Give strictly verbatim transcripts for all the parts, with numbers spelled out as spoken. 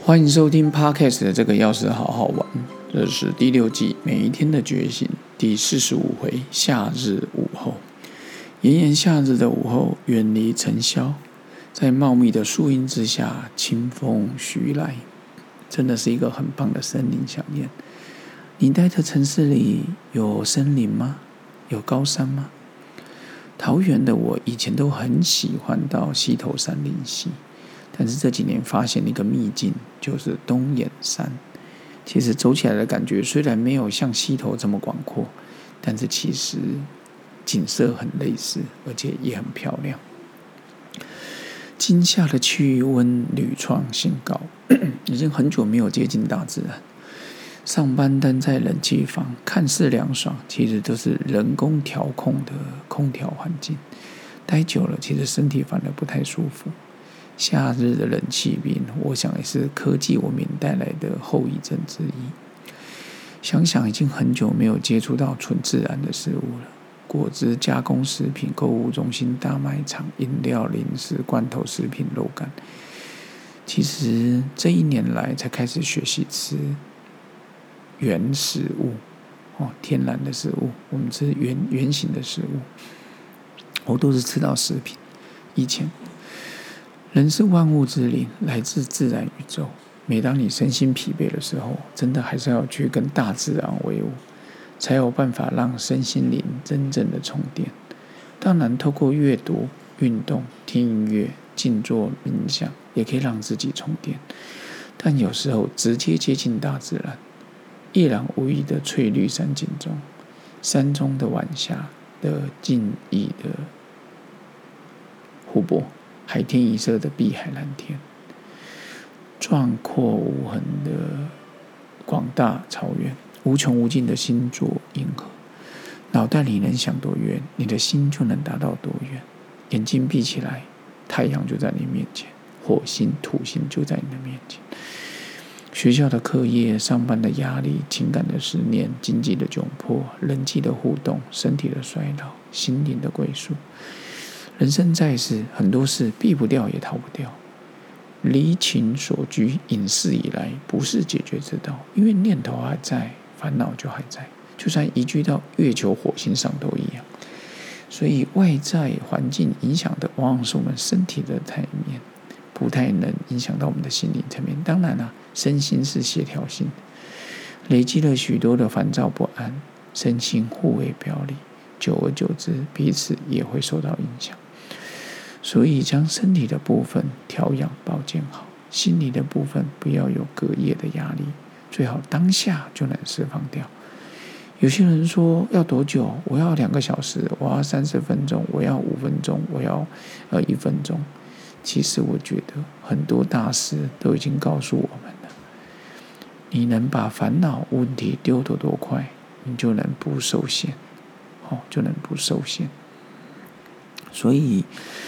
欢迎收听 Podcast 的这个钥匙好好玩，这是第六季每一天的觉醒第四十五回夏日午后。炎炎夏日的午后，远离尘嚣，在茂密的树荫之下，清风徐来，真的是一个很棒的森林想念。你待的城市里有森林吗？有高山吗？桃园的我以前都很喜欢到溪头山林溪，但是这几年发现一个秘境，就是东眼山。其实走起来的感觉虽然没有像溪头这么广阔，但是其实景色很类似，而且也很漂亮。今夏的气温屡创新高，已经很久没有接近大自然。上班待在冷气房，看似凉爽，其实都是人工调控的空调环境。待久了，其实身体反而不太舒服。夏日的冷气病，我想也是科技文明带来的后遗症之一。想想已经很久没有接触到纯自然的食物了，果汁、加工食品、购物中心、大卖场、饮料、零食、罐头食品、肉干。其实这一年来才开始学习吃原食物，哦，天然的食物，我们吃原原形的食物。我都是吃到食品。以前人是万物之灵，来自自然宇宙。每当你身心疲惫的时候，真的还是要去跟大自然为伍，才有办法让身心灵真正的充电。当然，透过阅读、运动、听音乐、静坐、冥想，也可以让自己充电。但有时候直接接近大自然，一览无遗的翠绿山景中，山中的晚霞的静谧的湖泊，海天一色的碧海蓝天，壮阔无痕的广大草原，无穷无尽的星座银河。脑袋里能想多远，你的心就能达到多远。眼睛闭起来，太阳就在你面前，火星、土星就在你的面前。学校的课业、上班的压力、情感的思念、经济的窘迫、人际的互动、身体的衰老、心灵的归宿。人生在世，很多事避不掉也逃不掉。离情所居，隐士以来，不是解决之道。因为念头还在，烦恼就还在，就算移居到月球、火星上都一样。所以外在环境影响的往往是我们身体的层面，不太能影响到我们的心灵层面。当然啦、啊，身心是协调性的，累积了许多的烦躁不安，身心互为表里，久而久之，彼此也会受到影响。所以将身体的部分调养保健好，心理的部分不要有隔夜的压力，最好当下就能释放掉。有些人说要多久？我要两个小时，我要三十分钟，我要五分钟，我要呃一分钟。其实我觉得很多大师都已经告诉我们了，你能把烦恼问题丢得多快，你就能不受限，哦，就能不受限。所以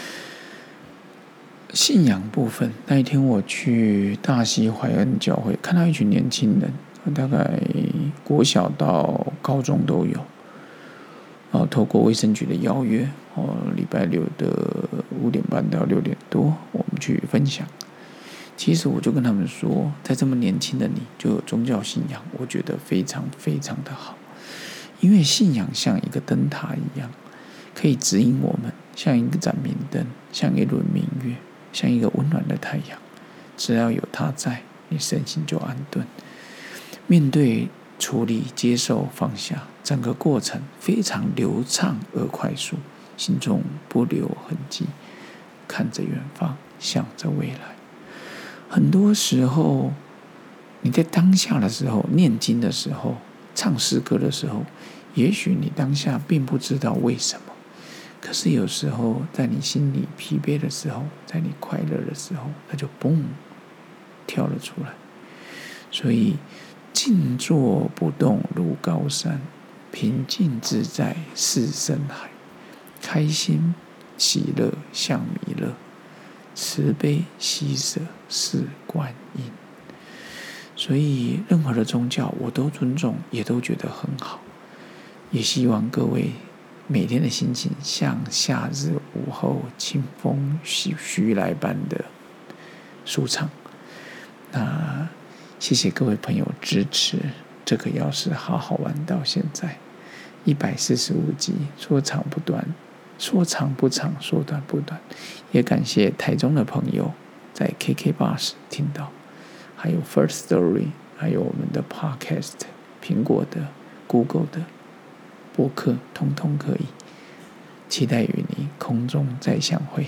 信仰部分，那一天我去大溪怀恩教会，看到一群年轻人，大概国小到高中都有。哦，透过卫生局的邀约，哦，礼拜六的五点半到六点多，我们去分享。其实我就跟他们说，在这么年轻的你就有宗教信仰，我觉得非常非常的好，因为信仰像一个灯塔一样，可以指引我们，像一个盏明灯，像一轮明月，像一个温暖的太阳。只要有它在，你身心就安顿。面对、处理、接受、放下，整个过程非常流畅而快速，心中不留痕迹，看着远方，想着未来。很多时候，你在当下的时候，念经的时候，唱诗歌的时候，也许你当下并不知道为什么，可是有时候在你心里疲惫的时候，在你快乐的时候，它就嘣跳了出来。所以静坐不动如高山，平静自在是深海。开心喜乐像弥勒，慈悲喜舍是观音。所以任何的宗教我都尊重，也都觉得很好。也希望各位每天的心情像夏日午后清风徐徐来般的舒畅。 那谢谢各位朋友支持这个钥匙好好玩到现在一百四十五集，说长不短，说长不长，说短不短。也感谢台中的朋友在 K K B O X 听到，还有 First Story， 还有我们的 Podcast， 苹果的 Google 的播客通通可以。期待与你空中再相会，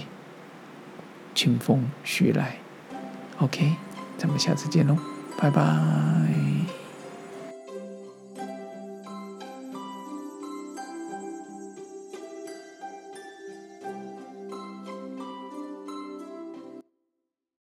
清风徐来。OK， 咱们下次见喽，拜拜。